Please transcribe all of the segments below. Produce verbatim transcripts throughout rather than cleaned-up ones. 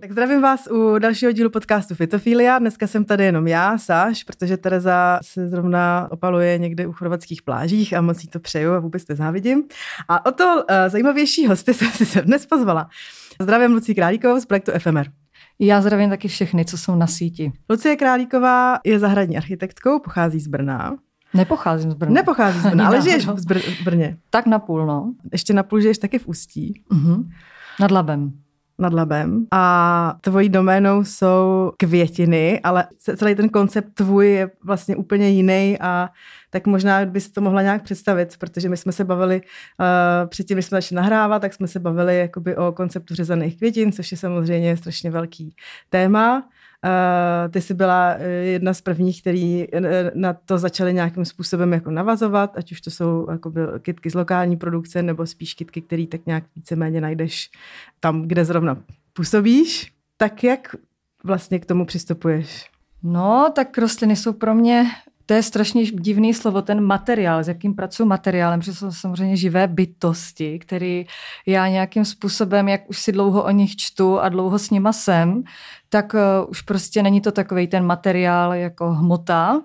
Tak zdravím vás u dalšího dílu podcastu Fitofilia. Dneska jsem tady jenom já, Sáš, protože Tereza se zrovna opaluje někde u chorvatských plážích a moc jí to přeju a vůbec nezávidím. A o to uh, zajímavější hosty jsem si se dnes pozvala. Zdravím Lucii Králíkovou z projektu F M R. Já zdravím taky všechny, co jsou na síti. Lucie Králíková je zahradní architektkou, pochází z Brna. Nepocházím z Brna. Nepochází z Brna, ale žiješ v, Br- v Brně. Tak napůl, no. Ještě napůl žiješ taky v Ústí. Uh-huh. Nad Labem. Nad Labem. A tvojí doménou jsou květiny, ale celý ten koncept tvůj je vlastně úplně jiný a tak možná bys to mohla nějak představit, protože my jsme se bavili, uh, předtím, když jsme začali nahrávat, tak jsme se bavili jakoby o konceptu řezaných květin, což je samozřejmě strašně velký téma. Uh, ty jsi byla jedna z prvních, který na to začaly nějakým způsobem jako navazovat, ať už to jsou jakoby kytky z lokální produkce, nebo spíš kytky, který tak nějak víceméně najdeš tam, kde zrovna působíš. Tak jak vlastně k tomu přistupuješ? No, tak rostliny jsou pro mě, to je strašně divný slovo, ten materiál, s jakým pracuji materiálem, protože jsou samozřejmě živé bytosti, který já nějakým způsobem, jak už si dlouho o nich čtu a dlouho s nima jsem, tak uh, už prostě není to takovej ten materiál jako hmota.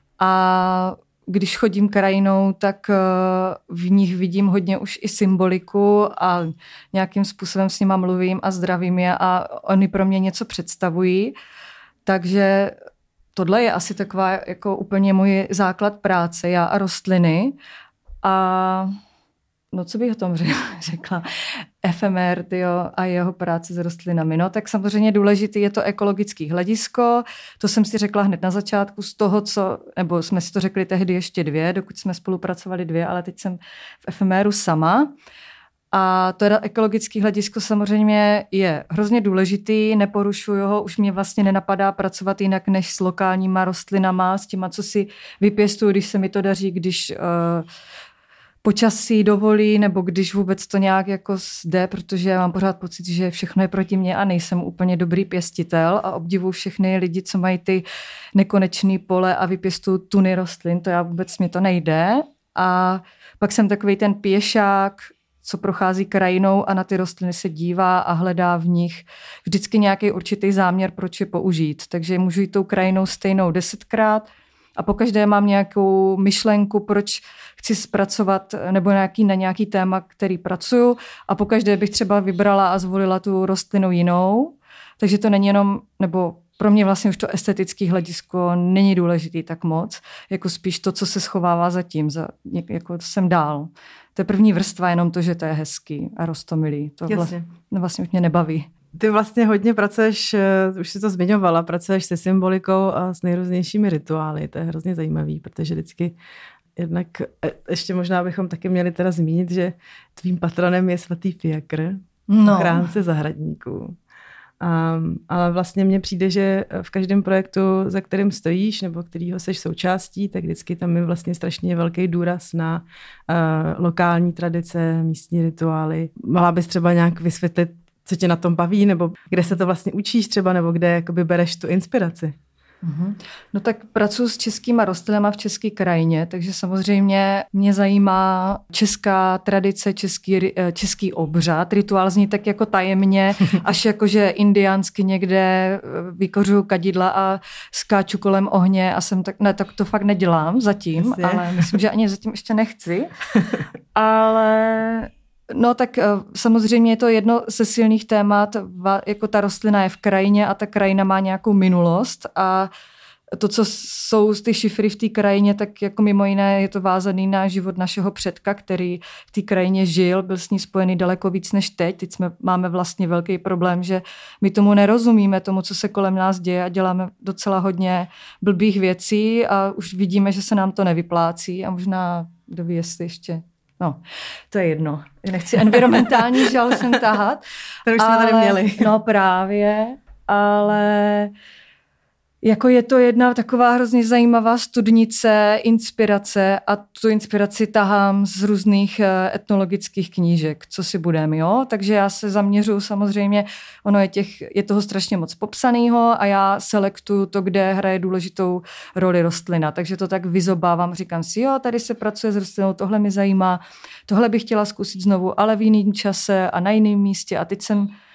A když chodím krajinou, tak uh, v nich vidím hodně už i symboliku a nějakým způsobem s nima mluvím a zdravím je a oni pro mě něco představují. Takže tohle je asi taková jako úplně můj základ práce, já a rostliny. A no co bych o tom řekla? F M R tyjo, a jeho práce s rostlinami. No tak samozřejmě důležitý je to ekologické hledisko. To jsem si řekla hned na začátku z toho, co, nebo jsme si to řekli tehdy ještě dvě, dokud jsme spolupracovali dvě, ale teď jsem v F M R u sama. A to ekologické hledisko samozřejmě je hrozně důležitý, neporušuju ho, už mě vlastně nenapadá pracovat jinak než s lokálníma rostlinama, s těma, co si vypěstuju, když se mi to daří, když uh, počasí dovolí, nebo když vůbec to nějak jako jde, protože já mám pořád pocit, že všechno je proti mně a nejsem úplně dobrý pěstitel a obdivuju všechny lidi, co mají ty nekonečný pole a vypěstují tuny rostlin, to já vůbec mě to nejde. A pak jsem takovej ten pěšák, co prochází krajinou a na ty rostliny se dívá a hledá v nich vždycky nějaký určitý záměr, proč je použít. Takže můžu jít tou krajinou stejnou desetkrát a pokaždé mám nějakou myšlenku, proč chci zpracovat nebo nějaký, na nějaký téma, který pracuju a pokaždé bych třeba vybrala a zvolila tu rostlinu jinou. Takže to není jenom, nebo pro mě vlastně už to estetické hledisko není důležitý tak moc, jako spíš to, co se schovává zatím, za, jako jsem dál. To je první vrstva, jenom to, že to je hezký a roztomilý. To vlastně, vlastně už mě nebaví. Ty vlastně hodně pracuješ, už jsi to zmiňovala, pracuješ se symbolikou a s nejrůznějšími rituály. To je hrozně zajímavý, protože vždycky jednak, ještě možná bychom taky měli teda zmínit, že tvým patronem je svatý Fiakr, no. Ochránce zahradníků. Um, ale vlastně mně přijde, že v každém projektu, za kterým stojíš nebo kterýho seš součástí, tak vždycky tam je vlastně strašně velký důraz na uh, lokální tradice, místní rituály. Mohla bys třeba nějak vysvětlit, co tě na tom baví, nebo kde se to vlastně učíš třeba, nebo kde jakoby bereš tu inspiraci? Mm-hmm. No tak pracuji s českýma rostlinama v české krajině, takže samozřejmě mě zajímá česká tradice, český, český obřad. Rituál zní tak jako tajemně, až jakože indiánsky někde vykořuju kadidla a skáču kolem ohně a jsem tak, ne, tak to fakt nedělám zatím, Jasně. ale myslím, že ani zatím ještě nechci. ale... No tak samozřejmě je to jedno ze silných témat, jako ta rostlina je v krajině a ta krajina má nějakou minulost a to, co jsou ty šifry v té krajině, tak jako mimo jiné je to vázaný na život našeho předka, který v té krajině žil, byl s ní spojený daleko víc než teď. Teď jsme, máme vlastně velký problém, že my tomu nerozumíme, tomu, co se kolem nás děje a děláme docela hodně blbých věcí a už vidíme, že se nám to nevyplácí a možná, kdo ví, jestli ještě... No, to je jedno. Nechci environmentální žal sem tahat. To už jsme tady měli. No právě, ale jako je to jedna taková hrozně zajímavá studnice, inspirace a tu inspiraci tahám z různých etnologických knížek, co si budeme, jo? Takže já se zaměřuju samozřejmě, ono je, těch, je toho strašně moc popsanýho a já selektuju to, kde hraje důležitou roli rostlina. Takže to tak vyzobávám, říkám si, jo, tady se pracuje s rostlinou, tohle mi zajímá, tohle bych chtěla zkusit znovu, ale v jiném čase a na jiném místě a teď jsem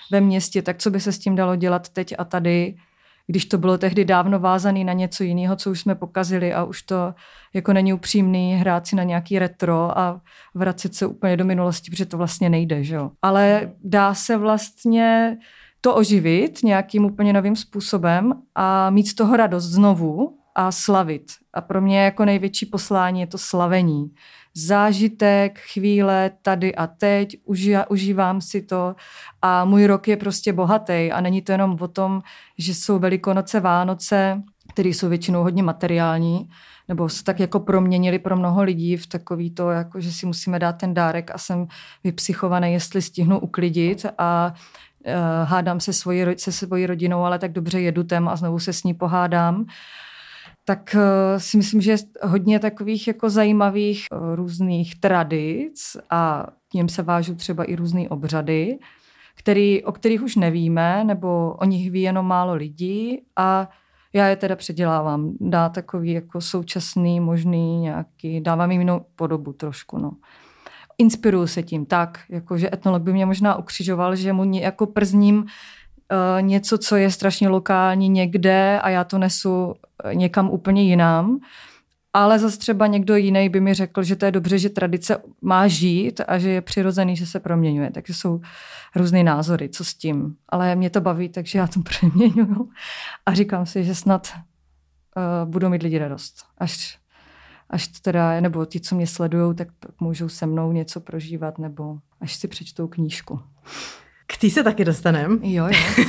ve městě, tak co by se s tím dalo dělat teď a tady, když to bylo tehdy dávno vázané na něco jiného, co už jsme pokazili a už to jako není upřímný hrát si na nějaký retro a vracet se úplně do minulosti, protože to vlastně nejde, že jo. Ale dá se vlastně to oživit nějakým úplně novým způsobem a mít z toho radost znovu a slavit. A pro mě jako největší poslání je to slavení. Zážitek, chvíle, tady a teď, uži- užívám si to a můj rok je prostě bohatý a není to jenom o tom, že jsou Velikonoce, Vánoce, které jsou většinou hodně materiální, nebo se tak jako proměnili pro mnoho lidí v takový to, jako že si musíme dát ten dárek a jsem vypsychovaný, jestli stihnu uklidit a uh, hádám se, svoji, se svojí rodinou, ale tak dobře jedu tem a znovu se s ní pohádám. Tak uh, si myslím, že je hodně takových jako zajímavých uh, různých tradic a k něm se vážou třeba i různý obřady, který, o kterých už nevíme, nebo o nich ví jenom málo lidí a já je teda předělávám. Dá takový jako současný, možný nějaký, dávám jim jinou podobu trošku, no. Inspiruju se tím tak, jakože etnolog by mě možná ukřižoval, že mu jako przním uh, něco, co je strašně lokální někde a já to nesu někam úplně jinam. Ale zase třeba někdo jiný by mi řekl, že to je dobře, že tradice má žít a že je přirozený, že se proměňuje. Takže jsou různé názory, co s tím. Ale mě to baví, takže já to proměňuju. A říkám si, že snad uh, budou mít lidi radost. Až, až to teda, nebo ti, co mě sledují, tak můžou se mnou něco prožívat, nebo až si přečtou knížku. K tý se taky dostanem. Jo, jo.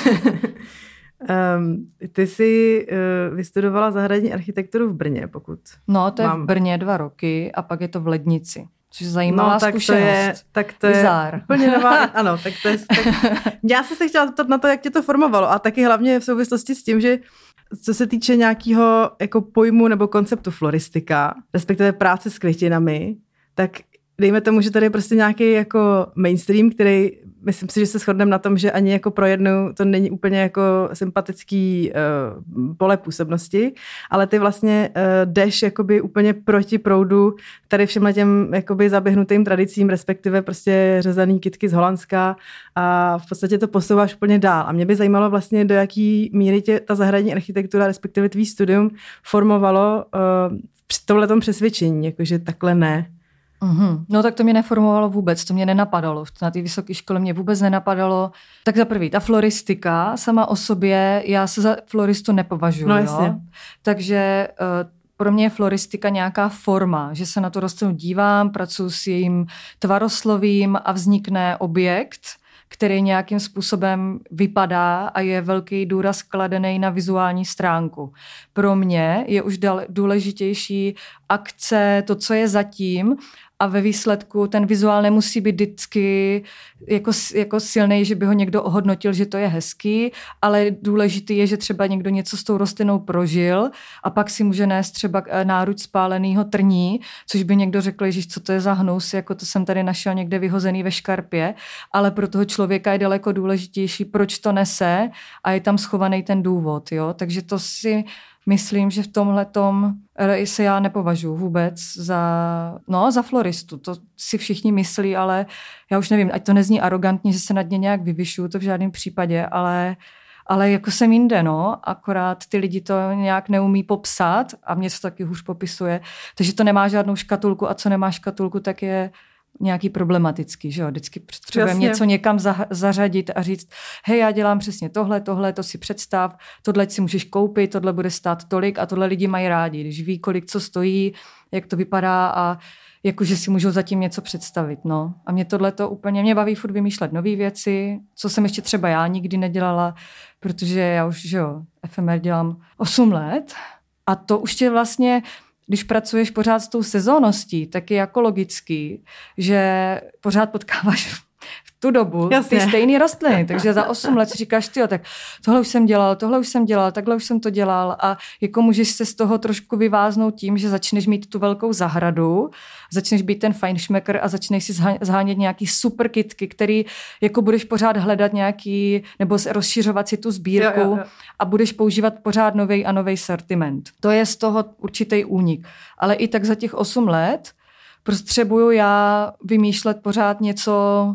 Um, ty jsi uh, vystudovala zahradní architekturu v Brně, pokud No, to mám... je v Brně dva roky a pak je to v Lednici, což je zajímavá no, tak zkušenost. To je, tak to Bizár. je úplně nová, ano, tak to je... Tak... Já jsem se chtěla zeptat na to, jak tě to formovalo a taky hlavně v souvislosti s tím, že co se týče nějakého jako pojmu nebo konceptu floristika, respektive práce s květinami, tak dejme tomu, že tady je prostě nějaký jako mainstream, který myslím si, že se shodneme na tom, že ani jako pro jednu to není úplně jako sympatický uh, pole působnosti, ale ty vlastně uh, jdeš jakoby úplně proti proudu tady všemhle těm jakoby zaběhnutým tradicím, respektive prostě řezaný kytky z Holandska a v podstatě to posouváš úplně dál. A mě by zajímalo vlastně, do jaký míry tě ta zahradní architektura, respektive tvý studium formovalo uh, při tomhletom přesvědčení, jakože takhle ne. Uhum. No tak to mě neformovalo vůbec, to mě nenapadalo. Na té vysoké škole mě vůbec nenapadalo. Tak za prvý, ta floristika sama o sobě, já se za floristu nepovažuji. No jasně. Jo? Takže uh, pro mě je floristika nějaká forma, že se na tu rostlinu dívám, pracuji s jejím tvaroslovím a vznikne objekt, který nějakým způsobem vypadá a je velký důraz kladený na vizuální stránku. Pro mě je už důležitější akce, to, co je zatím, a ve výsledku ten vizuál nemusí být vždycky jako, jako silný, že by ho někdo ohodnotil, že to je hezký, ale důležitý je, že třeba někdo něco s tou rostlinou prožil a pak si může nést třeba náruč spálenýho trní, což by někdo řekl, že co to je za hnus, jako to jsem tady našel někde vyhozený ve škarpě, ale pro toho člověka je daleko důležitější, proč to nese a je tam schovaný ten důvod. Jo? Takže to si myslím, že v tomhletom se já nepovažuji vůbec za, no, za floristu. To si všichni myslí, ale já už nevím, ať to nezní arrogantně, že se nad ně nějak vyvyšuju, to v žádném případě, ale, ale jako jsem jinde, no. Akorát ty lidi to nějak neumí popsat a mě to taky hůř popisuje. Takže to nemá žádnou škatulku a co nemá škatulku, tak je nějaký problematický, že jo, vždycky potřebujeme něco někam za, zařadit a říct, hej, já dělám přesně tohle, tohle, to si představ, tohle si můžeš koupit, tohle bude stát tolik a tohle lidi mají rádi, když ví, kolik co stojí, jak to vypadá a jakože si můžou zatím něco představit, no. A mě tohle to úplně, mě baví furt vymýšlet nové věci, co jsem ještě třeba já nikdy nedělala, protože já už, že jo, F M R dělám osm let a to už tě vlastně když pracuješ pořád s tou sezónností, tak je jako logický, že pořád potkáváš v tu dobu Jasně. ty stejné rostliny. Takže za osm let si říkáš, tyjo, tak tohle už jsem dělal, tohle už jsem dělal, takhle už jsem to dělal a jako můžeš se z toho trošku vyváznout tím, že začneš mít tu velkou zahradu, začneš být ten fajnšmekr a začneš si zhánět nějaký super kytky, který jako budeš pořád hledat nějaký, nebo rozšiřovat si tu sbírku jo, jo, jo. a budeš používat pořád novej a novej sortiment. To je z toho určitý únik. Ale i tak za těch osm let potřebuju já vymýšlet pořád něco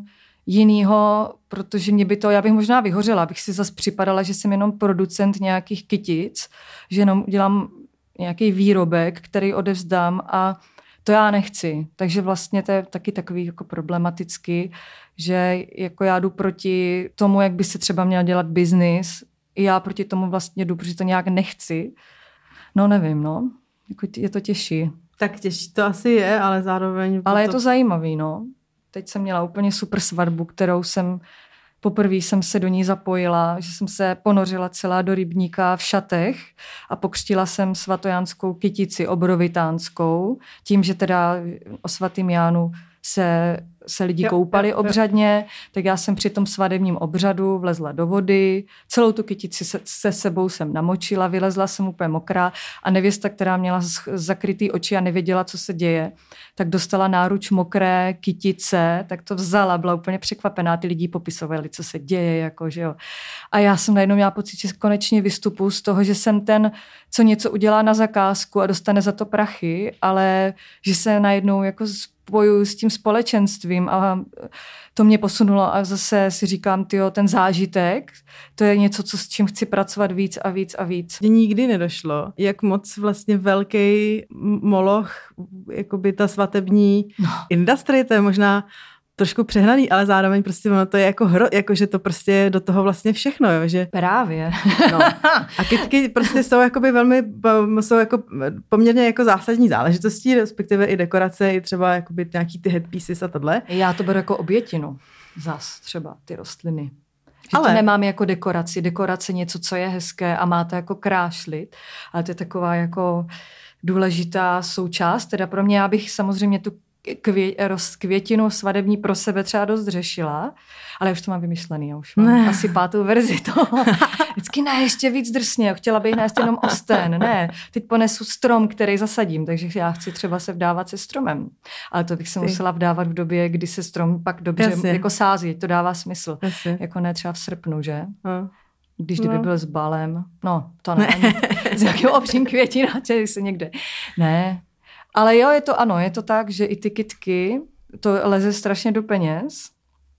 jinýho, protože mě by to, já bych možná vyhořela, abych si zase připadala, že jsem jenom producent nějakých kytic, že jenom dělám nějaký výrobek, který odevzdám a to já nechci. Takže vlastně to je taky takový jako problematický, že jako já jdu proti tomu, jak by se třeba měl dělat biznis, i já proti tomu vlastně jdu, protože to nějak nechci. No nevím, no. Jako je to těžší. Tak těžší to asi je, ale zároveň... Ale to... je to zajímavý, no. Teď jsem měla úplně super svatbu, kterou jsem... Poprvé jsem se do ní zapojila, že jsem se ponořila celá do rybníka v šatech a pokřtila jsem svatojánskou kytici obrovitánskou, tím, že teda o svatým Jánu se, se lidi jo, koupali jo, jo. obřadně, tak já jsem při tom svadebním obřadu vlezla do vody, celou tu kytici se, se sebou jsem namočila, vylezla jsem úplně mokrá a nevěsta, která měla zakrytý oči a nevěděla, co se děje, tak dostala náruč mokré kytice, tak to vzala, byla úplně překvapená, ty lidi popisovali, co se děje, jako, že jo. A já jsem najednou měla pocit, že konečně vystupuji z toho, že jsem ten, co něco udělá na zakázku a dostane za to prachy, ale že se najednou jako spojuju s tím společenstvím a to mě posunulo a zase si říkám, tyjo, ten zážitek, to je něco, co, s čím chci pracovat víc a víc a víc. Nikdy nedošlo, jak moc vlastně velký moloch, jakoby ta svatební no. industrie, to je možná trošku přehnaný, ale zároveň prostě ono to je jako hro, jako že to prostě je do toho vlastně všechno, jo, že... Právě. No. A kytky prostě jsou jakoby velmi, jsou jako poměrně jako zásadní záležitostí, respektive i dekorace, i třeba jakoby nějaký ty headpieces a tohle. Já to beru jako obětinu. Zas třeba ty rostliny. Že ale... to nemám jako dekoraci. Dekorace něco, co je hezké a má to jako krášlit, ale to je taková jako důležitá součást. Teda pro mě, já bych samozřejmě tu Kvě, rost květinu svadební pro sebe třeba dost řešila, ale už to mám vymyšlený, já už mám ne. asi pátou verzi toho. Vždycky ne, ještě víc drsně, chtěla bych nést jenom osten, ne, teď ponesu strom, který zasadím, takže já chci třeba se vdávat se stromem, ale to bych se musela vdávat v době, kdy se strom pak dobře Jasně. jako sází, to dává smysl, Jasně. jako ne třeba v srpnu, že? No. Když kdyby no. byl s balem, no to ne, ne. s jakým obřím květináče, se někde, ne. Ale jo, je to ano, je to tak, že i ty kytky, to leze strašně do peněz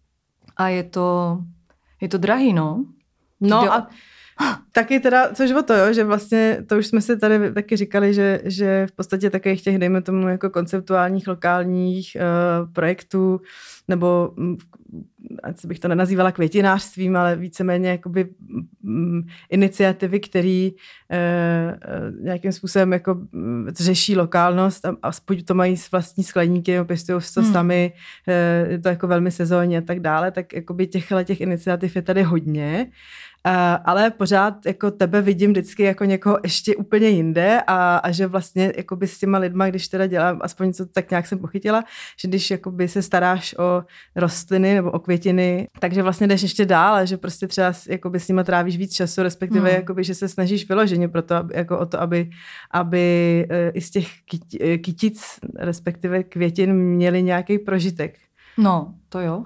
a je to, je to drahý, no. No Jde a taky teda, což o to, jo, že vlastně, to už jsme si tady taky říkali, že, že v podstatě takových těch, dejme tomu, jako konceptuálních, lokálních uh, projektů, nebo ať bych to nenazývala květinářstvím, ale víceméně jakoby um, iniciativy, které uh, nějakým způsobem jako um, řeší lokálnost a aspoň to mají vlastní skleníky, pěstují to hmm. sami, uh, je to jako velmi sezónně a tak dále, tak jakoby těchhle těch iniciativ je tady hodně. Uh, ale pořád jako tebe vidím vždycky jako někoho ještě úplně jinde a, a že vlastně jakoby s těma lidma, když teda dělám, aspoň co tak nějak jsem pochytila, že když jakoby se staráš o rostliny nebo o květiny, takže vlastně jdeš ještě dál a že prostě třeba jakoby s nima trávíš víc času, respektive hmm. jakoby, že se snažíš vyloženě pro to, aby, jako o to, aby, aby uh, i z těch kyti, kytic, respektive květin měli nějaký prožitek. No, to jo.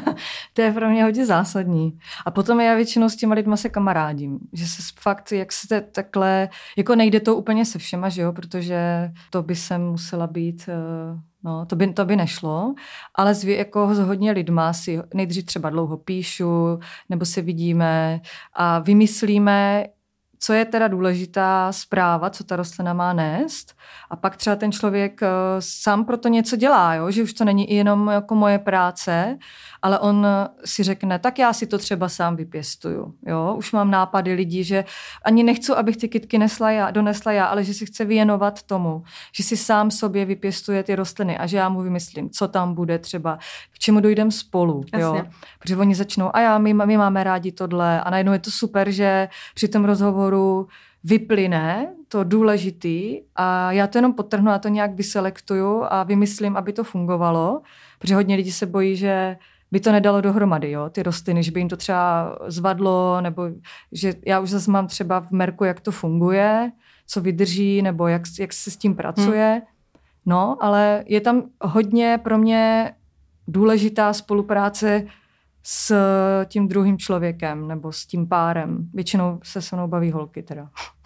To je pro mě hodně zásadní. A potom já většinou s těma lidma se kamarádím. Že se fakt, jak se takhle, jako nejde to úplně se všema, že jo, protože to by jsem musela být, no, to by, to by nešlo, ale s, jako s hodně lidma si nejdřív třeba dlouho píšu, nebo se vidíme a vymyslíme, co je teda důležitá zpráva, co ta rostlina má nést. A pak třeba ten člověk uh, sám pro to něco dělá, jo? Že už to není jenom jako moje práce, ale on si řekne, tak já si to třeba sám vypěstuju. Jo? Už mám nápady lidí, že ani nechci, abych ty kytky nesla já, donesla já, ale že si chce věnovat tomu, že si sám sobě vypěstuje ty rostliny a že já mu vymyslím, co tam bude třeba, k čemu dojdem spolu. Jo? Protože oni začnou, a já, my, my máme rádi tohle a najednou je to super, že při tom rozhovoru vyplyne to důležitý a já to jenom podtrhnu a to nějak vyselektuju a vymyslím, aby to fungovalo, protože hodně lidí se bojí, že by to nedalo dohromady, jo, ty rostliny, že by jim to třeba zvadlo, nebo že já už zase mám třeba v merku, jak to funguje, co vydrží, nebo jak, jak se s tím pracuje. Hmm. No, ale je tam hodně pro mě důležitá spolupráce s tím druhým člověkem nebo s tím párem. Většinou se se mnou baví holky teda.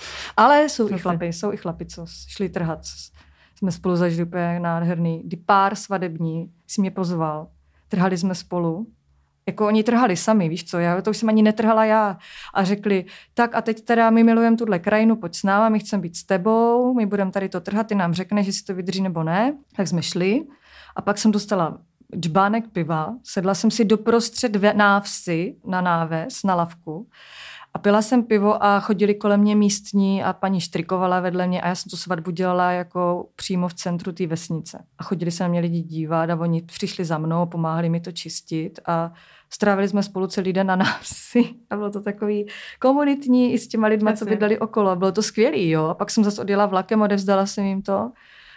Ale jsou i chlapy, jsou i chlapy, co šli trhat. Jsme spolu zažili úplně nádherný. Kdy pár svadební si mě pozval. Trhali jsme spolu Jako oni trhali sami, víš co, já to už jsem ani netrhala já. A řekli, tak a teď teda my milujeme tuhle krajinu, pojď s náma, my chceme být s tebou, my budeme tady to trhat, ty nám řekneš, jestli to vydrží nebo ne. Tak jsme šli a pak jsem dostala džbánek piva, sedla jsem si doprostřed návsi na náves, na lavku a pila jsem pivo a chodili kolem mě místní a paní štrikovala vedle mě a já jsem tu svatbu dělala jako přímo v centru té vesnice. A chodili se na mě lidi dívat a oni přišli za mnou, pomáhali mi to čistit a strávili jsme spolu celý den na návsi a bylo to takový komunitní i s těma lidma, Jasně. co bydleli okolo. Bylo to skvělý, jo. A pak jsem zase odjela vlakem, odevzdala jsem jim to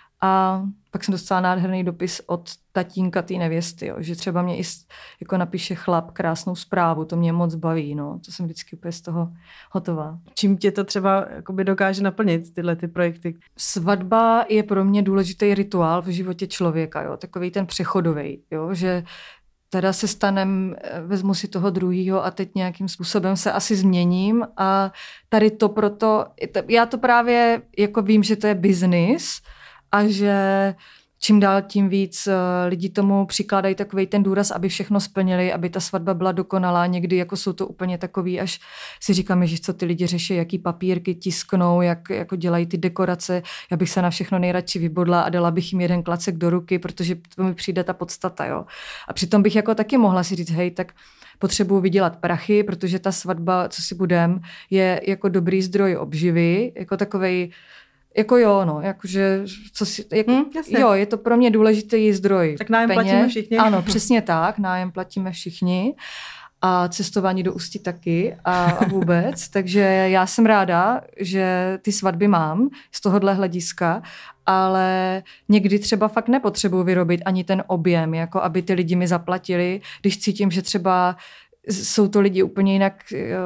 a pak jsem dostala nádherný dopis od tatínka té nevěsty, jo, že třeba mě i jako napíše chlap krásnou zprávu, to mě moc baví, no, to jsem vždycky úplně z toho hotová. Čím tě to třeba jakoby dokáže naplnit, tyhle ty projekty? Svatba je pro mě důležitý rituál v životě člověka, jo, takový ten přechodový, jo, že teda se stanem, vezmu si toho druhýho a teď nějakým způsobem se asi změním a tady to proto, já to právě jako vím, že to je biznis, a že čím dál tím víc lidi tomu přikládají takovej ten důraz, aby všechno splnili, aby ta svatba byla dokonalá. Někdy jako jsou to úplně takový, až si říkám, že co ty lidi řeší, jaký papírky tisknou, jak jako dělají ty dekorace. Já bych se na všechno nejradši vybodla a dala bych jim jeden klacek do ruky, protože to mi přijde ta podstata. Jo. A přitom bych jako taky mohla si říct, hej, tak potřebuji vydělat prachy, protože ta svatba, co si budem, je jako dobrý zdroj obživy, jako takovej. Jako jo, no, jakože, co si, jako, hmm, jo, je to pro mě důležitý zdroj tak nájem peněz. platíme všichni. Ano, přesně tak, nájem platíme všichni a cestování do Ústí taky a, a vůbec, takže já jsem ráda, že ty svatby mám z tohohle hlediska, ale někdy třeba fakt nepotřebuji vyrobit ani ten objem, jako aby ty lidi mi zaplatili, když cítím, že třeba jsou to lidi úplně jinak,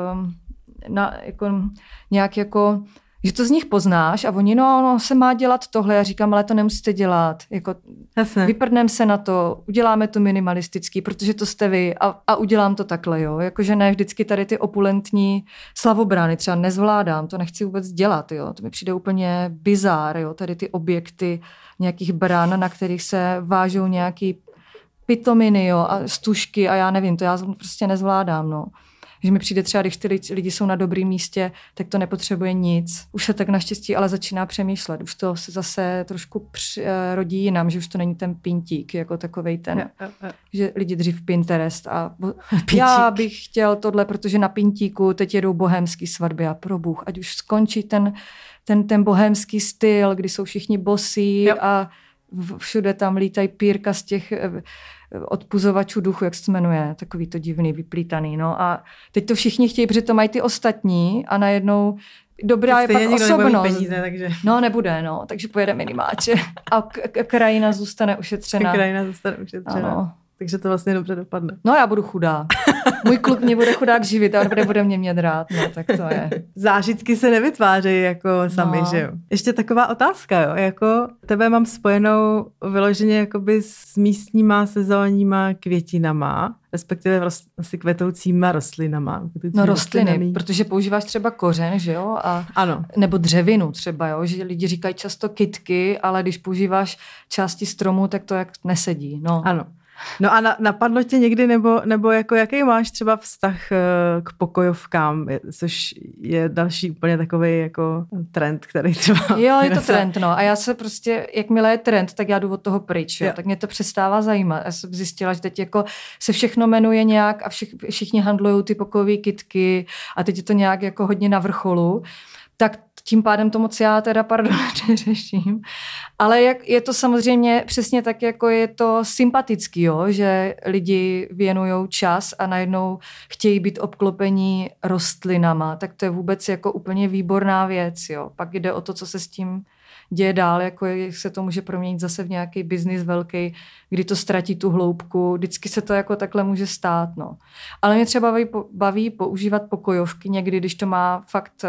na, jako, nějak jako že to z nich poznáš a oni, no, no, se má dělat tohle. Já říkám, ale to nemusíte dělat. Jako, vyprdneme se na to, uděláme to minimalistický, protože to jste vy a, a udělám to takhle, jo. Jakože ne vždycky tady ty opulentní slavobrány třeba nezvládám, to nechci vůbec dělat, jo. To mi přijde úplně bizár, jo. Tady ty objekty nějakých brán, na kterých se vážou nějaký pitominy, jo, a stužky a já nevím, to já prostě nezvládám, no. Že mi přijde třeba, když ty lidi jsou na dobrém místě, tak to nepotřebuje nic. Už se tak naštěstí ale začíná přemýšlet. Už to se zase trošku při, rodí jinam, že už to není ten pintík, jako takovej ten, ja, ja, ja. že lidi dřív Pinterest a Pintík. Já bych chtěl tohle, protože na pintíku teď jedou bohémský svatby a pro Bůh, ať už skončí ten, ten, ten bohémský styl, kdy jsou všichni bosí ja. a všude tam lítají pírka z těch odpuzovačů duchu, jak se to jmenuje, takový to divný, vyplítaný, no a teď to všichni chtějí, protože to mají ty ostatní a najednou dobrá je pak osobnost. Peníze, takže... No nebude, no, takže pojede minimáče a k- k- krajina zůstane ušetřená. Krajina zůstane ušetřená. Ano. Takže to vlastně dobře dopadne. No já budu chudá. Můj kluk mě bude chudák živit a bude, bude mě mět rád, no tak to je. Zážitky se nevytvářejí jako sami, no. Že jo. Ještě taková otázka, jo, jako tebe mám spojenou vyloženě jakoby s místníma sezónníma květinama, respektive asi kvetoucíma rostlinama. Kvetoucíma no rostliny, rostlinami. Protože používáš třeba kořen, že jo? A, ano. Nebo dřevinu třeba, jo? Že lidi říkají často kytky, ale když používáš části stromu, tak to jak nesedí, no. Ano. No a na, napadlo tě někdy, nebo, nebo jako jaký máš třeba vztah k pokojovkám, což je další úplně takový jako trend, který třeba... Jo, je to trend, no. A já se prostě, jakmile je trend, tak já jdu od toho pryč, jo. Jo. Tak mě to přestává zajímat. Já jsem zjistila, že teď jako se všechno jmenuje nějak a všich, všichni handlují ty pokojové kytky a teď je to nějak jako hodně na vrcholu. Tak tím pádem to moc já teda, pardon, neřeším. Ale jak je to samozřejmě přesně tak, jako je to sympatický, jo? Že lidi věnujou čas a najednou chtějí být obklopení rostlinama, tak to je vůbec jako úplně výborná věc. Jo? Pak jde o to, co se s tím děje dál, jako jak se to může proměnit zase v nějaký biznis velký, kdy to ztratí tu hloubku. Vždycky se to jako takhle může stát. No. Ale mě třeba baví, baví používat pokojovky někdy, když to má fakt...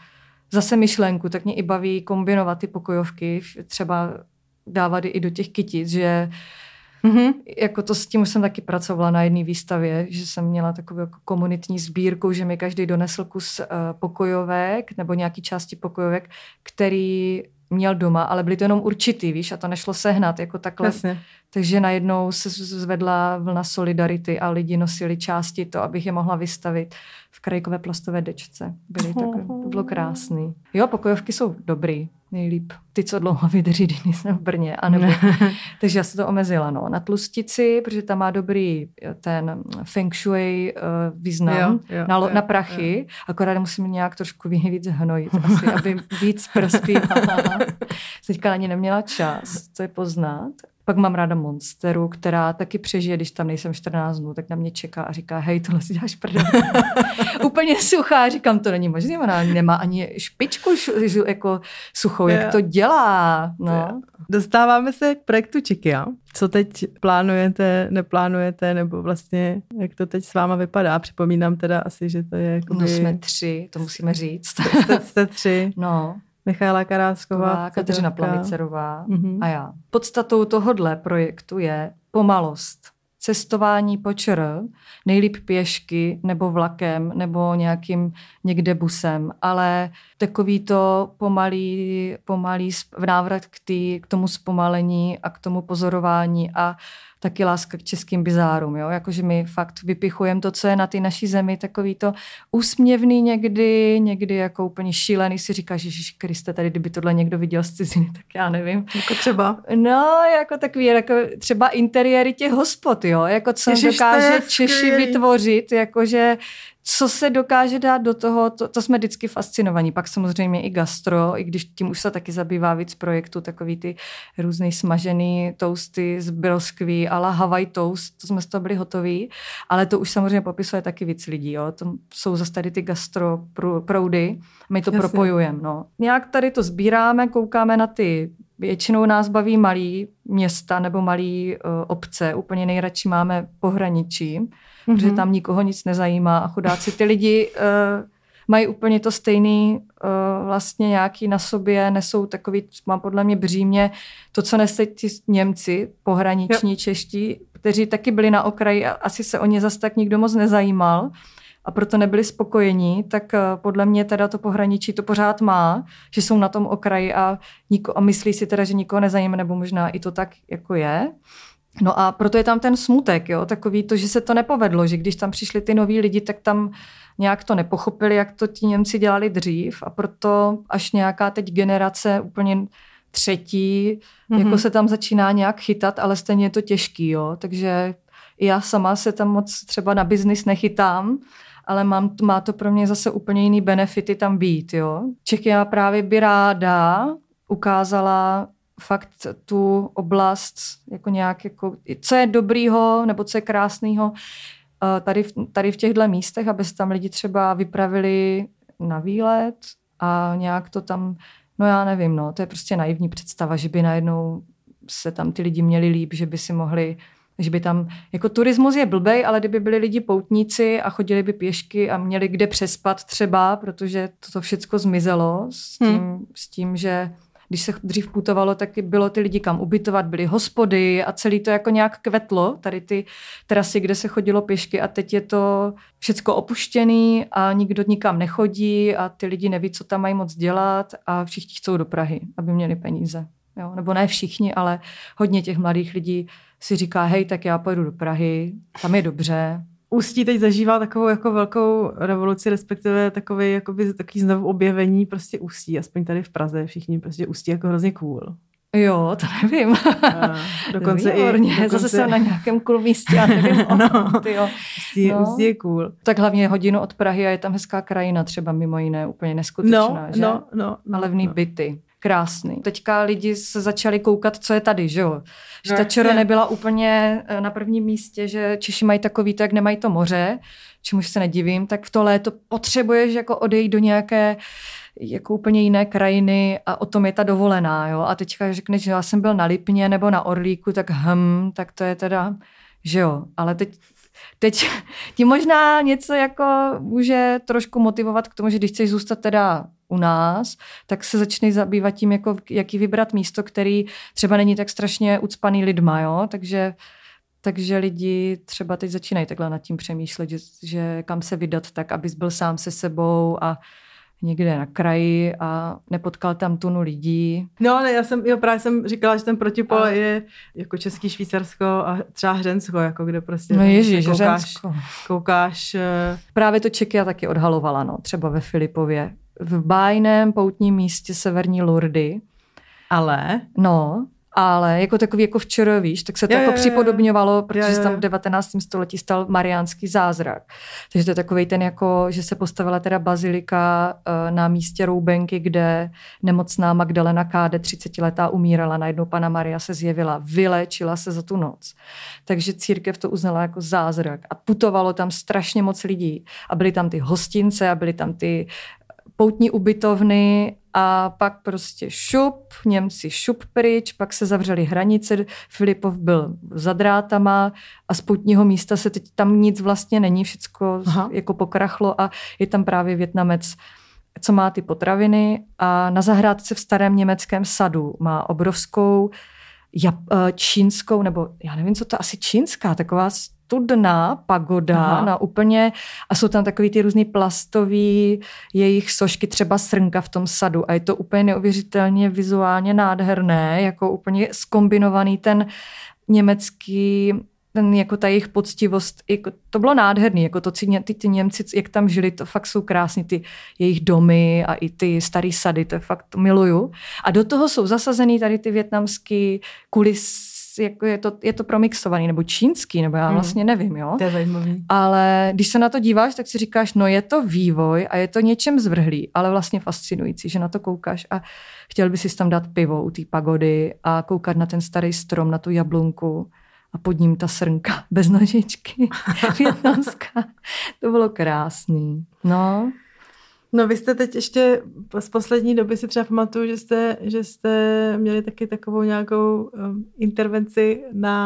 Zase myšlenku, tak mě i baví kombinovat ty pokojovky, třeba dávat i do těch kytic, že mm-hmm. jako to s tím už jsem taky pracovala na jedné výstavě, že jsem měla takovou jako komunitní sbírku, že mi každý donesl kus uh, pokojovek nebo nějaký části pokojovek, který měl doma, ale byly to jenom určitý, víš, a to nešlo sehnat jako takhle. Jasně. Takže najednou se zvedla vlna solidarity a lidi nosili části to, abych je mohla vystavit v krajkové plastové dečce. Byly tak, to bylo krásný. Jo, pokojovky jsou dobrý, nejlíp. Ty, co dlouho vydrží, když jsem v Brně. Anebo, takže já se to omezila. No. Na Tlustici, protože tam má dobrý ten feng shui uh, význam jo, jo, na, jo, na prachy. Jo. Akorát musím nějak trošku víc hnojit, asi, aby víc prospívala. Teďka na ně neměla čas, to je poznat. Pak mám ráda Monsteru, která taky přežije, když tam nejsem čtrnáct dnů, tak na mě čeká a říká, hej, tohle si děláš prdel. Úplně suchá, říkám, to není možné, ona nemá ani špičku š, jako suchou, jak yeah. to dělá. No. Yeah. Dostáváme se k projektu Čikia. Co teď plánujete, neplánujete, nebo vlastně jak to teď s váma vypadá? Připomínám teda asi, že to je jakoby... No jsme tři, to musíme říct. Jste, jste tři. No. Michaela Karásková, Kateřina Plamicerová mm-hmm. a já. Podstatou tohodle projektu je pomalost. Cestování po ČR, nejlíp pěšky nebo vlakem nebo nějakým někde busem, ale takový to pomalý, pomalý v návrat k, tý, k tomu zpomalení a k tomu pozorování a taky láska k českým bizárům, jo? Jakože my fakt vypichujeme to, co je na té naší zemi, takový to úsměvný někdy, někdy jako úplně šílený, si říkáš, Ježíš Kriste, tady kdyby tohle někdo viděl z ciziny, tak já nevím. Jako třeba? No, jako takový, jako třeba interiéry těch hospod, jo? Jako co Ježiš, dokáže Češi vytvořit, jakože co se dokáže dát do toho, to, to jsme vždycky fascinovaní. Pak samozřejmě i gastro, i když tím už se taky zabývá víc projektu, takový ty různý smažený toasty z broskví a la Hawaii toast, to jsme z toho byli hotoví, ale to už samozřejmě popisuje taky víc lidí. Jo? To jsou zase tady ty gastro proudy, my to Jasně. propojujeme. No. Nějak tady to sbíráme, koukáme na ty, většinou nás baví malý města nebo malý uh, obce, úplně nejradši máme pohraničí, mm-hmm. protože tam nikoho nic nezajímá a chudáci ty lidi uh, mají úplně to stejný uh, vlastně nějaký na sobě, nesou takový, mám podle mě břímě, to, co nesou ti Němci, pohraniční, jo. čeští, kteří taky byli na okraji a asi se o ně zas tak nikdo moc nezajímal a proto nebyli spokojení, tak uh, podle mě teda to pohraničí to pořád má, že jsou na tom okraji a, niko, a myslí si teda, že nikoho nezajímá, nebo možná i to tak jako je. No a proto je tam ten smutek, jo, takový to, že se to nepovedlo, že když tam přišli ty noví lidi, tak tam nějak to nepochopili, jak to ti Němci dělali dřív a proto až nějaká teď generace úplně třetí, mm-hmm. jako se tam začíná nějak chytat, ale stejně je to těžký, jo, takže já sama se tam moc třeba na biznis nechytám, ale mám, má to pro mě zase úplně jiný benefity tam být, jo. Čikia právě by ráda ukázala fakt tu oblast jako nějak, jako, co je dobrýho nebo co je krásného tady v, tady v těchto místech, aby se tam lidi třeba vypravili na výlet a nějak to tam, no já nevím, no, to je prostě naivní představa, že by najednou se tam ty lidi měli líp, že by si mohli, že by tam, jako turismus je blbej, ale kdyby byli lidi poutníci a chodili by pěšky a měli kde přespat třeba, protože toto všecko zmizelo s tím, hmm. s tím že když se dřív putovalo, tak bylo ty lidi kam ubytovat, byly hospody a celý to jako nějak kvetlo, tady ty trasy, kde se chodilo pěšky a teď je to všecko opuštěný a nikdo nikam nechodí a ty lidi neví, co tam mají moc dělat a všichni chcou do Prahy, aby měli peníze. Jo? Nebo ne všichni, ale hodně těch mladých lidí si říká, hej, tak já pojedu do Prahy, tam je dobře. Ústí teď zažívá takovou jako velkou revoluci, respektive takový, jakoby, takový znovu objevení prostě Ústí, aspoň tady v Praze, všichni prostě Ústí jako hrozně cool. Jo, to nevím. A dokonce i... Dokonce... Zase jsem na nějakém cool místě, já nevím. no, tyjo. Ústí, no. Ústí je cool. Tak hlavně hodinu od Prahy a je tam hezká krajina, třeba mimo jiné, úplně neskutečná, no, že? No, no, no, a levný no. byty. Krásný. Teďka lidi se začali koukat, co je tady, že jo? Že ta ČR nebyla úplně na prvním místě, že Češi mají takový to, jak nemají to moře, čemuž se nedivím, tak v to léto potřebuješ jako odejít do nějaké jako úplně jiné krajiny a o tom je ta dovolená, jo? A teďka řekneš, že já jsem byl na Lipně nebo na Orlíku, tak hm, tak to je teda, že jo? Ale teď Teď ti možná něco jako může trošku motivovat k tomu, že když chceš zůstat teda u nás, tak se začne zabývat tím, jako, jaký vybrat místo, který třeba není tak strašně ucpaný lidma, jo? Takže, takže lidi třeba teď začínají takhle nad tím přemýšlet, že, že kam se vydat tak, abys byl sám se sebou a někde na kraji a nepotkal tam tunu lidí. No, ale já jsem, jo, právě jsem říkala, že ten protipol a... je jako český Švýcarsko a třeba Hřensko, jako kde prostě no ježiš, koukáš, Hřensko. koukáš. Právě to Čeky já taky odhalovala, no, třeba ve Filipově. V bájném poutním místě severní Lurdy. Ale? No, ale jako takový jako včera, víš, tak se to jo, jako jo, připodobňovalo, protože jo, jo. se tam v devatenáctém století stal mariánský zázrak. Takže to je takovej ten jako, že se postavila teda bazilika na místě Roubenky, kde nemocná Magdalena Káde, třicetiletá, umírala. Najednou Panna Maria se zjevila, vyléčila se za tu noc. Takže církev to uznala jako zázrak a putovalo tam strašně moc lidí. A byly tam ty hostince a byly tam ty poutní ubytovny a pak prostě šup, Němci šup pryč, pak se zavřely hranice, Filipov byl za drátama a z poutního místa se teď tam nic vlastně není, všecko Aha. jako pokrachlo a je tam právě Vietnamec, co má ty potraviny a na zahrádce v starém německém sadu má obrovskou jap- čínskou, nebo já nevím, co to asi čínská, taková studná pagoda Aha. na úplně, a jsou tam takový ty různý plastový jejich sošky, třeba srnka v tom sadu a je to úplně neuvěřitelně vizuálně nádherné, jako úplně zkombinovaný ten německý, ten jako ta jejich poctivost, jako, to bylo nádherný, jako to, ty, ty Němci, jak tam žili, to fakt jsou krásný, ty jejich domy a i ty starý sady, to je fakt, to miluju. A do toho jsou zasazený tady ty vietnamský kulis, jako je to, je to promixovaný, nebo čínský, nebo já vlastně nevím, jo. To je zajímavý. Ale když se na to díváš, tak si říkáš, no je to vývoj a je to něčem zvrhlý, ale vlastně fascinující, že na to koukáš a chtěl by si tam dát pivo u té pagody a koukat na ten starý strom, na tu jablunku a pod ním ta srnka bez nožičky, vietnamská. To bylo krásný. No. No vy jste teď ještě z poslední doby si třeba pamatuju, že jste, že jste měli taky takovou nějakou um, intervenci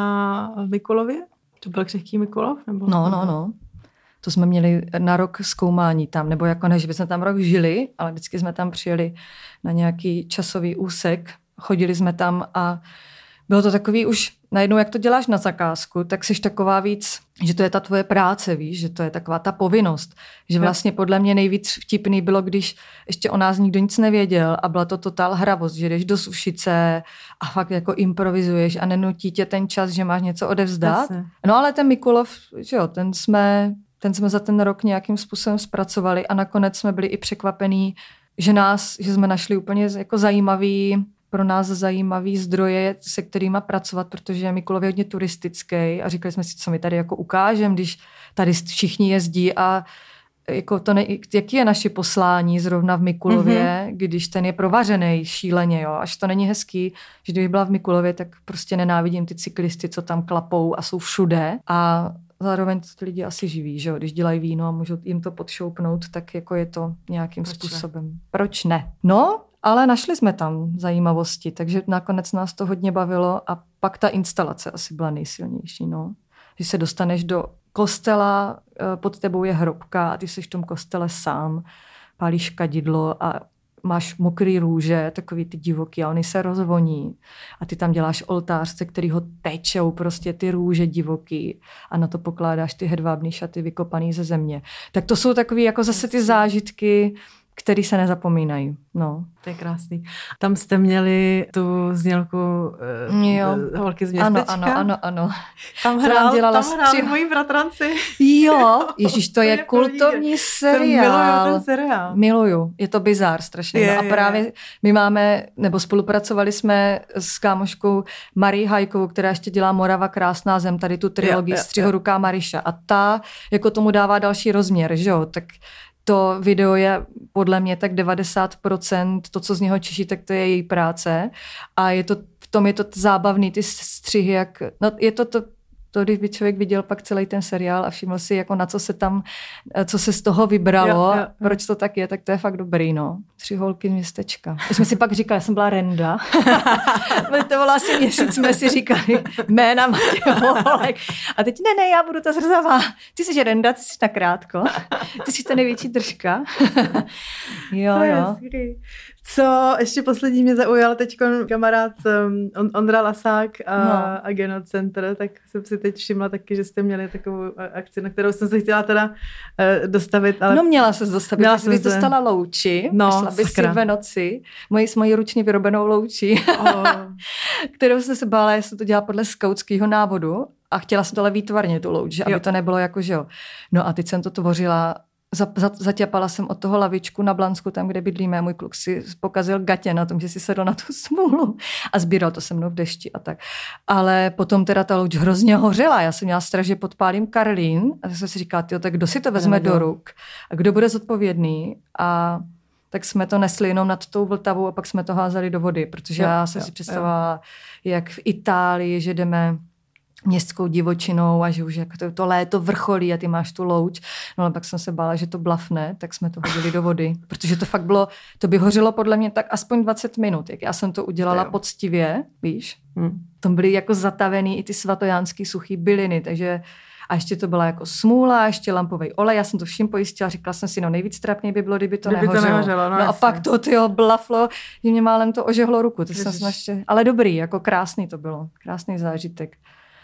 na Mikulově? To byl křehký Mikulov? Nebo... No, no, no. To jsme měli na rok zkoumání tam, nebo jako ne, že bychom tam rok žili, ale vždycky jsme tam přijeli na nějaký časový úsek, chodili jsme tam a bylo to takový už, najednou jak to děláš na zakázku, tak jsi taková víc, že to je ta tvoje práce, víš, že to je taková ta povinnost, že vlastně podle mě nejvíc vtipný bylo, když ještě o nás nikdo nic nevěděl a byla to totál hravost, že jdeš do sušice a fakt jako improvizuješ a nenutí tě ten čas, že máš něco odevzdat. Jasně. No ale ten Mikulov, že jo, ten jsme, ten jsme za ten rok nějakým způsobem zpracovali a nakonec jsme byli i překvapení, že nás, že jsme našli úplně jako zajímavý pro nás zajímavý zdroje, se kterýma pracovat, protože Mikulov je hodně turistický a říkali jsme si, co my tady jako ukážeme, když tady všichni jezdí a jako to ne, jaký je naše poslání zrovna v Mikulově, mm-hmm. když ten je provařený šíleně, jo, až to není hezký, že kdybych byla v Mikulově, tak prostě nenávidím ty cyklisty, co tam klapou a jsou všude a zároveň ty lidi asi živí, že jo, když dělají víno a můžou jim to podšoupnout, tak jako je to nějakým Proč způsobem. Ne? Proč ne? No, ale našli jsme tam zajímavosti, takže nakonec nás to hodně bavilo a pak ta instalace asi byla nejsilnější, no. Když se dostaneš do kostela, pod tebou je hrobka a ty jsi v tom kostele sám, pálíš kadidlo a máš mokrý růže, takový ty divoký a oni se rozvoní a ty tam děláš oltář, ze kterýho tečou prostě ty růže divoký a na to pokládáš ty hedvábný šaty vykopaný ze země. Tak to jsou takový jako zase ty zážitky, který se nezapomínají. No. To je krásný. Tam jste měli tu znělku uh, holky z městečka. Ano, ano, ano, ano. Tam hrál, tam tam hráli střih... moji bratranci. Jo, ježiš, to je kultovní seriál. Miluju ten seriál. Miluju, je to bizár strašně. Je, no a právě je. My máme, nebo spolupracovali jsme s kámoškou Marí Hajkovou, která ještě dělá Morava krásná zem, tady tu trilogii Střihoruká Mariša. A ta jako tomu dává další rozměr, že jo, tak to video je podle mě tak devadesát procent, to, co z něho čiší, tak to je její práce. A je to, v tom je to zábavný, ty střihy, jak, no je to to, to, když by člověk viděl pak celý ten seriál a všiml si, jako na co se tam, co se z toho vybralo, jo, jo, jo. Proč to tak je, tak to je fakt dobrý, no. Tři holky z městečka. My jsme si pak říkali, já jsem byla Renda. To bylo asi měsíc, jsme si říkali jména Matěj Holek. A teď ne, ne, já budu ta zrzavá. Ty jsi Renda, ty jsi nakrátko. Ty jsi ta největší držka. Jo, to jo. Je Co ještě poslední mě zaujal teď kamarád um, Ondra Lasák a, no. a Genocenter, tak jsem si teď všimla taky, že jste měli takovou akci, na kterou jsem se chtěla teda uh, dostavit. Ale... No měla se dostavit, měla jsem se... dostala louči, no, šla by si ve noci, moji s mojí ručně vyrobenou loučí, oh. kterou jsem se bála, jestli to dělá podle skautského návodu a chtěla jsem to ale výtvarně tu louč, aby to nebylo jako, že jo. No a teď jsem to tvořila. Zatěpala jsem od toho lavičku na Blansku, tam, kde bydlíme. Můj kluk si pokazil gatě na tom, že si sedl na tu smůlu a sbíral to se mnou v dešti a tak. Ale potom teda ta louč hrozně hořela. Já jsem měla strach, že podpálím Karlín a tak jsem si říkala, tyjo, tak kdo si to vezme do ruk a kdo bude zodpovědný? A tak jsme to nesli jenom nad tou Vltavou a pak jsme to házeli do vody, protože jo, já jsem jo, si představovala, jo. jak v Itálii, že jdeme městskou divočinou a že už jako to, to léto vrcholí a ty máš tu louč. No ale pak jsem se bála, že to blafne, tak jsme to hodili do vody. Protože to fakt bylo, to by hořilo podle mě tak aspoň dvacet minut. Jak já jsem to udělala poctivě, víš. Hmm. Tam byly jako zatavený i ty svatojánský suchý byliny, takže a ještě to byla jako smůla, ještě lampový olej. Já jsem to všim pojistila, říkala jsem si, no nejvíc trapný by bylo, kdyby to kdyby nehořelo. To nehořelo no, no a pak to tyjo blaflo, že mě málem to ožehlo ruku. To jsem ještě, ale dobrý, jako krásný to bylo. Krásný zážitek.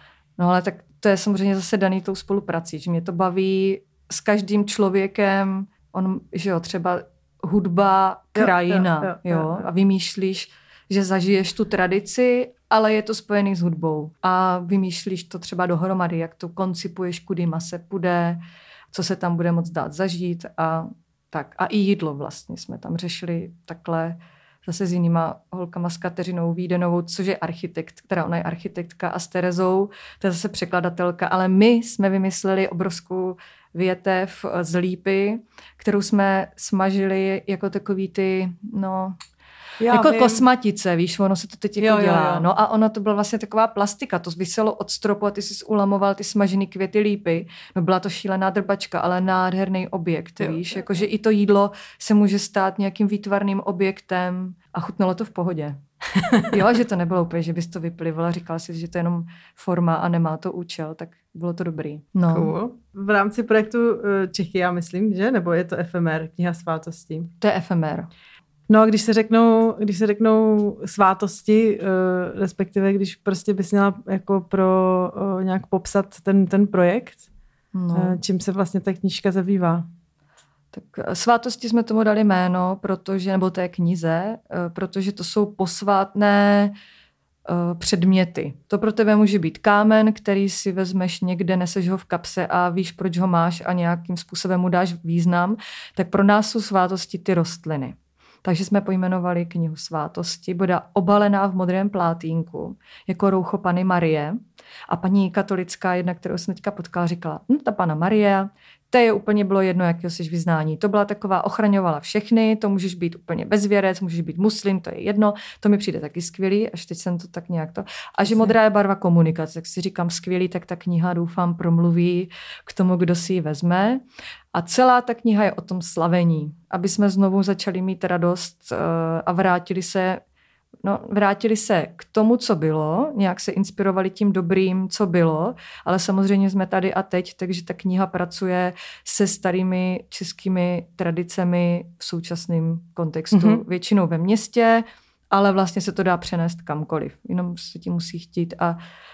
No ale tak to je samozřejmě zase daný tou spoluprací, že mě to baví s každým člověkem, on, že jo, třeba hudba, krajina, jo, jo, jo, jo, jo. A vymýšlíš, že zažiješ tu tradici, ale je to spojený s hudbou. A vymýšlíš to třeba dohromady, jak to koncipuješ, kudyma se půjde, co se tam bude moc dát zažít a tak. A i jídlo vlastně jsme tam řešili takhle zase s jinýma holkama, s Kateřinou Vídenovou, což je architekt, která ona je architektka, a s Terezou, to je zase překladatelka, ale my jsme vymysleli obrovskou větev z lípy, kterou jsme smažili jako takový ty, no... Já jako vím. Kosmatice, víš, ono se to teď jako jo, dělá. Jo, jo. No a ono to byla vlastně taková plastika, to vyselo od stropu a ty jsi ulamoval ty smažený květy lípy. No byla to šílená drbačka, ale nádherný objekt, jo, víš, jakože i to jídlo se může stát nějakým výtvarným objektem a chutnalo to v pohodě. Jo, že to nebylo úplně, že bys to vyplivala, říkala si, že to je jenom forma a nemá to účel, tak bylo to dobrý. No. Cool. V rámci projektu Čechy, já myslím, že? Nebo je to F M R, kniha svátostí? To je F M R. No a když se řeknou, když se řeknou svátosti, uh, respektive když prostě bys měla jako pro uh, nějak popsat ten, ten projekt, no. uh, čím se vlastně ta knížka zabývá? Tak svátosti jsme tomu dali jméno, protože, nebo té knize, uh, protože to jsou posvátné uh, předměty. To pro tebe může být kámen, který si vezmeš někde, neseš ho v kapse a víš, proč ho máš a nějakým způsobem mu dáš význam, tak pro nás jsou svátosti ty rostliny. Takže jsme pojmenovali knihu Svátosti, bude obalená v modrém plátínku, jako roucho Panny Marie. A paní katolická jedna, kterou jsem teďka potkala, říkala, no ta Panna Marie, to je úplně bylo jedno, jakého jsi vyznání. To byla taková, ochraňovala všechny, to můžeš být úplně bezvěrec, můžeš být muslim, to je jedno, to mi přijde taky skvělý, až teď jsem to tak nějak to. A že modrá je barva komunikace, tak si říkám skvělý, tak ta kniha doufám promluví k tomu, kdo si ji vezme. A celá ta kniha je o tom slavení, aby jsme znovu začali mít radost a vrátili se, no, vrátili se k tomu, co bylo, nějak se inspirovali tím dobrým, co bylo, ale samozřejmě jsme tady a teď, takže ta kniha pracuje se starými českými tradicemi v současném kontextu, mm-hmm. většinou ve městě, ale vlastně se to dá přenést kamkoliv. Jenom se ti musí chtít a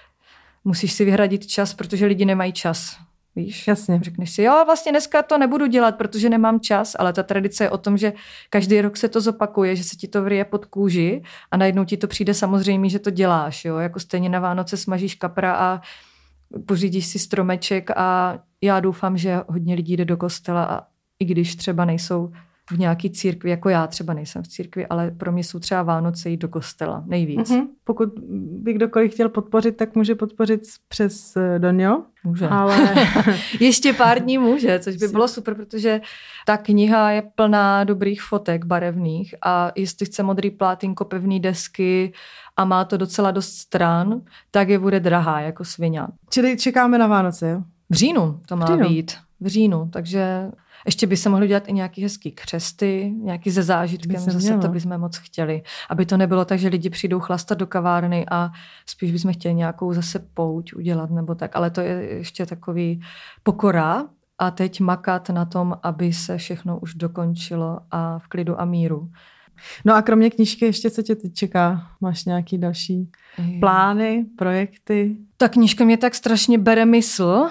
musíš si vyhradit čas, protože lidi nemají čas. Víš? Jasně. Řekneš si, jo, vlastně dneska to nebudu dělat, protože nemám čas, ale ta tradice je o tom, že každý rok se to zopakuje, že se ti to vryje pod kůži a najednou ti to přijde samozřejmě, že to děláš. Jo? Jako stejně na Vánoce smažíš kapra a pořídíš si stromeček a já doufám, že hodně lidí jde do kostela a i když třeba nejsou v nějaký církvi, jako já třeba nejsem v církvi, ale pro mě jsou třeba Vánoce jít do kostela nejvíc. Mm-hmm. Pokud by kdokoliv chtěl podpořit, tak může podpořit přes Donio. Může. Ale ještě pár dní může, což by bylo super, protože ta kniha je plná dobrých fotek barevných a jestli chce modrý plátínko, pevný desky a má to docela dost stran, tak je bude drahá jako svině. Čili čekáme na Vánoce, jo? V říjnu to má v říjnu. být. V říjnu, takže ještě by se mohli dělat i nějaký hezký křesty, nějaký ze zážitkem, by zase mělo. To bychom moc chtěli. Aby to nebylo tak, že lidi přijdou chlastat do kavárny a spíš bychom chtěli nějakou zase pouť udělat nebo tak, ale to je ještě takový pokora a teď makat na tom, aby se všechno už dokončilo a v klidu a míru. No a kromě knížky ještě co tě teď čeká? Máš nějaký další plány, projekty? Ta knížka mě tak strašně bere mysl,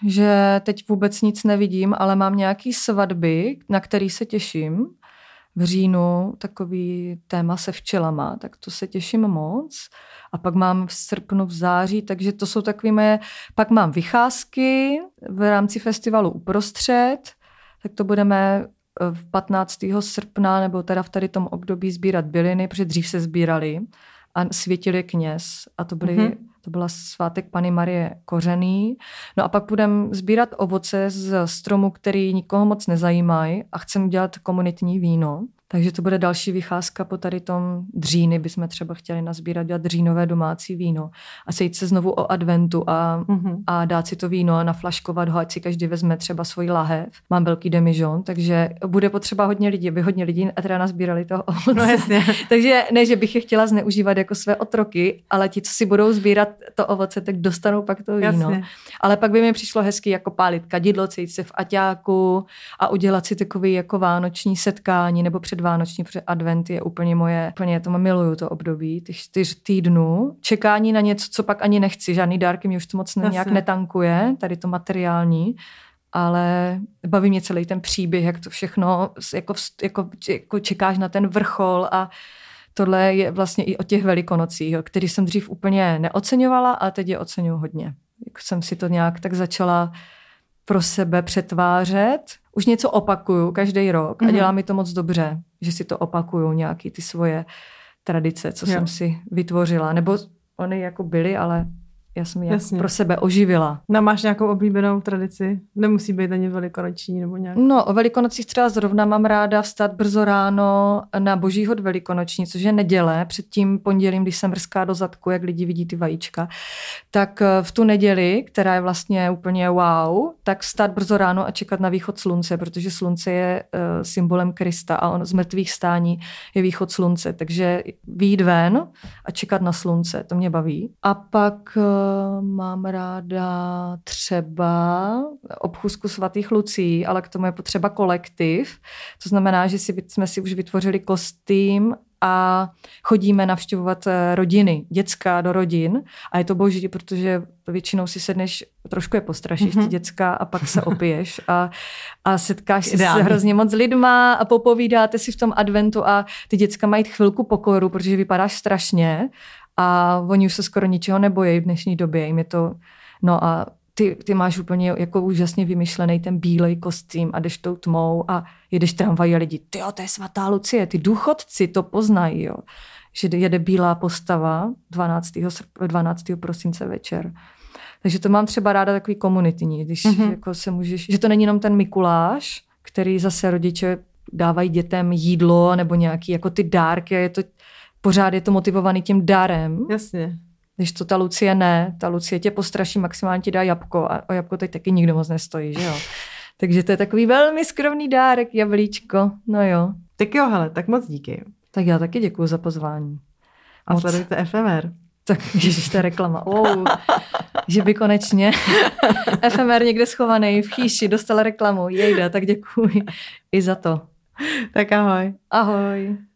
že teď vůbec nic nevidím, ale mám nějaký svatby, na který se těším. V říjnu takový téma se včelama, tak to se těším moc. A pak mám v srpnu, v září, takže to jsou takové moje... Pak mám vycházky v rámci festivalu Uprostřed, tak to budeme v patnáctého srpna, nebo teda v tady tom období sbírat byliny, protože dřív se sbírali a světil je kněz. A to, byly, mm-hmm. to byla svátek Panny Marie Kořený. No a pak budeme sbírat ovoce z stromu, který nikoho moc nezajímají a chceme dělat komunitní víno. Takže to bude další vycházka po tady tom dříny, bychom třeba chtěli nazbírat, dělat dřínové domácí víno a sejít se znovu o adventu a, mm-hmm. a dát si to víno a naflaškovat ho, ať si každý vezme třeba svůj lahev. Mám velký demižon, takže bude potřeba hodně lidí, aby hodně lidí a teda nazbírali toho ovoce. No jasně. Takže ne, že bych je chtěla zneužívat jako své otroky, ale ti, co si budou sbírat to ovoce, tak dostanou pak to víno. Jasně. Ale pak by mi přišlo hezky jako pálit kadidlo, cejít se v aťáku a udělat si takový jako vánoční setkání nebo předvánoční, před advent je úplně moje, úplně to miluju to období, těch čtyř týdnů. Čekání na něco, co pak ani nechci, žádný dárky mě už to moc nějak netankuje, tady to materiální, ale baví mě celý ten příběh, jak to všechno, jako, jako, jako čekáš na ten vrchol a tohle je vlastně i o těch velikonocích, který jsem dřív úplně neoceňovala a teď je oceňuju hodně. Jak jsem si to nějak tak začala pro sebe přetvářet. Už něco opakuju každý rok a dělá mi to moc dobře, že si to opakuju, nějaký ty svoje tradice, co jo. jsem si vytvořila. Nebo oni jako byly, ale já jsem je pro sebe oživila. No máš nějakou oblíbenou tradici? Nemusí být ani velikonoční nebo nějak? No o velikonocích třeba zrovna mám ráda vstát brzo ráno na Boží hod velikonoční, což je neděle, před tím pondělím, když jsem mrzká do zadku, jak lidi vidí ty vajíčka, tak v tu neděli, která je vlastně úplně wow, tak vstát brzo ráno a čekat na východ slunce, protože slunce je uh, symbolem Krista a on z mrtvých stání je východ slunce, takže vyjít ven a čekat na slunce, to mě baví. A pak uh, mám ráda třeba obchůzku svatých Lucí, ale k tomu je potřeba kolektiv. To znamená, že si, jsme si už vytvořili kostým a chodíme navštěvovat rodiny, děcka do rodin a je to boží, protože většinou si sedneš, trošku je postrašíš mm-hmm. ty děcka a pak se opiješ a, a setkáš se s hrozně moc lidma a popovídáte si v tom adventu a ty děcka mají chvilku pokoru, protože vypadáš strašně a oni už se skoro ničeho nebojí v dnešní době. Jim je to, no a ty, ty máš úplně jako úžasně vymyšlený ten bílej kostým a jdeš tou tmou a jedeš tramvají a lidi, tyjo, to je svatá Lucie, ty důchodci to poznají, jo. Že jede bílá postava dvanáctého prosince večer. Takže to mám třeba ráda takový komunitní, když mm-hmm. jako se můžeš, že to není jenom ten Mikuláš, který zase rodiče dávají dětem jídlo nebo nějaký jako ty dárky a je to pořád je to motivovaný tím darem. Jasně. Když to ta Lucie ne, ta Lucie tě postraší, maximálně ti dá jabko a o jabko teď taky nikdo moc nestojí, že jo. Takže to je takový velmi skromný dárek, jablíčko, no jo. Tak jo, hele, tak moc díky. Tak já taky děkuju za pozvání. A moc. Sledujte F M R. Tak ježiš, ta reklama. Oh, že by konečně F M R někde schovaný v chýši dostala reklamu. Jejda, tak děkuji i za to. Tak ahoj. Ahoj.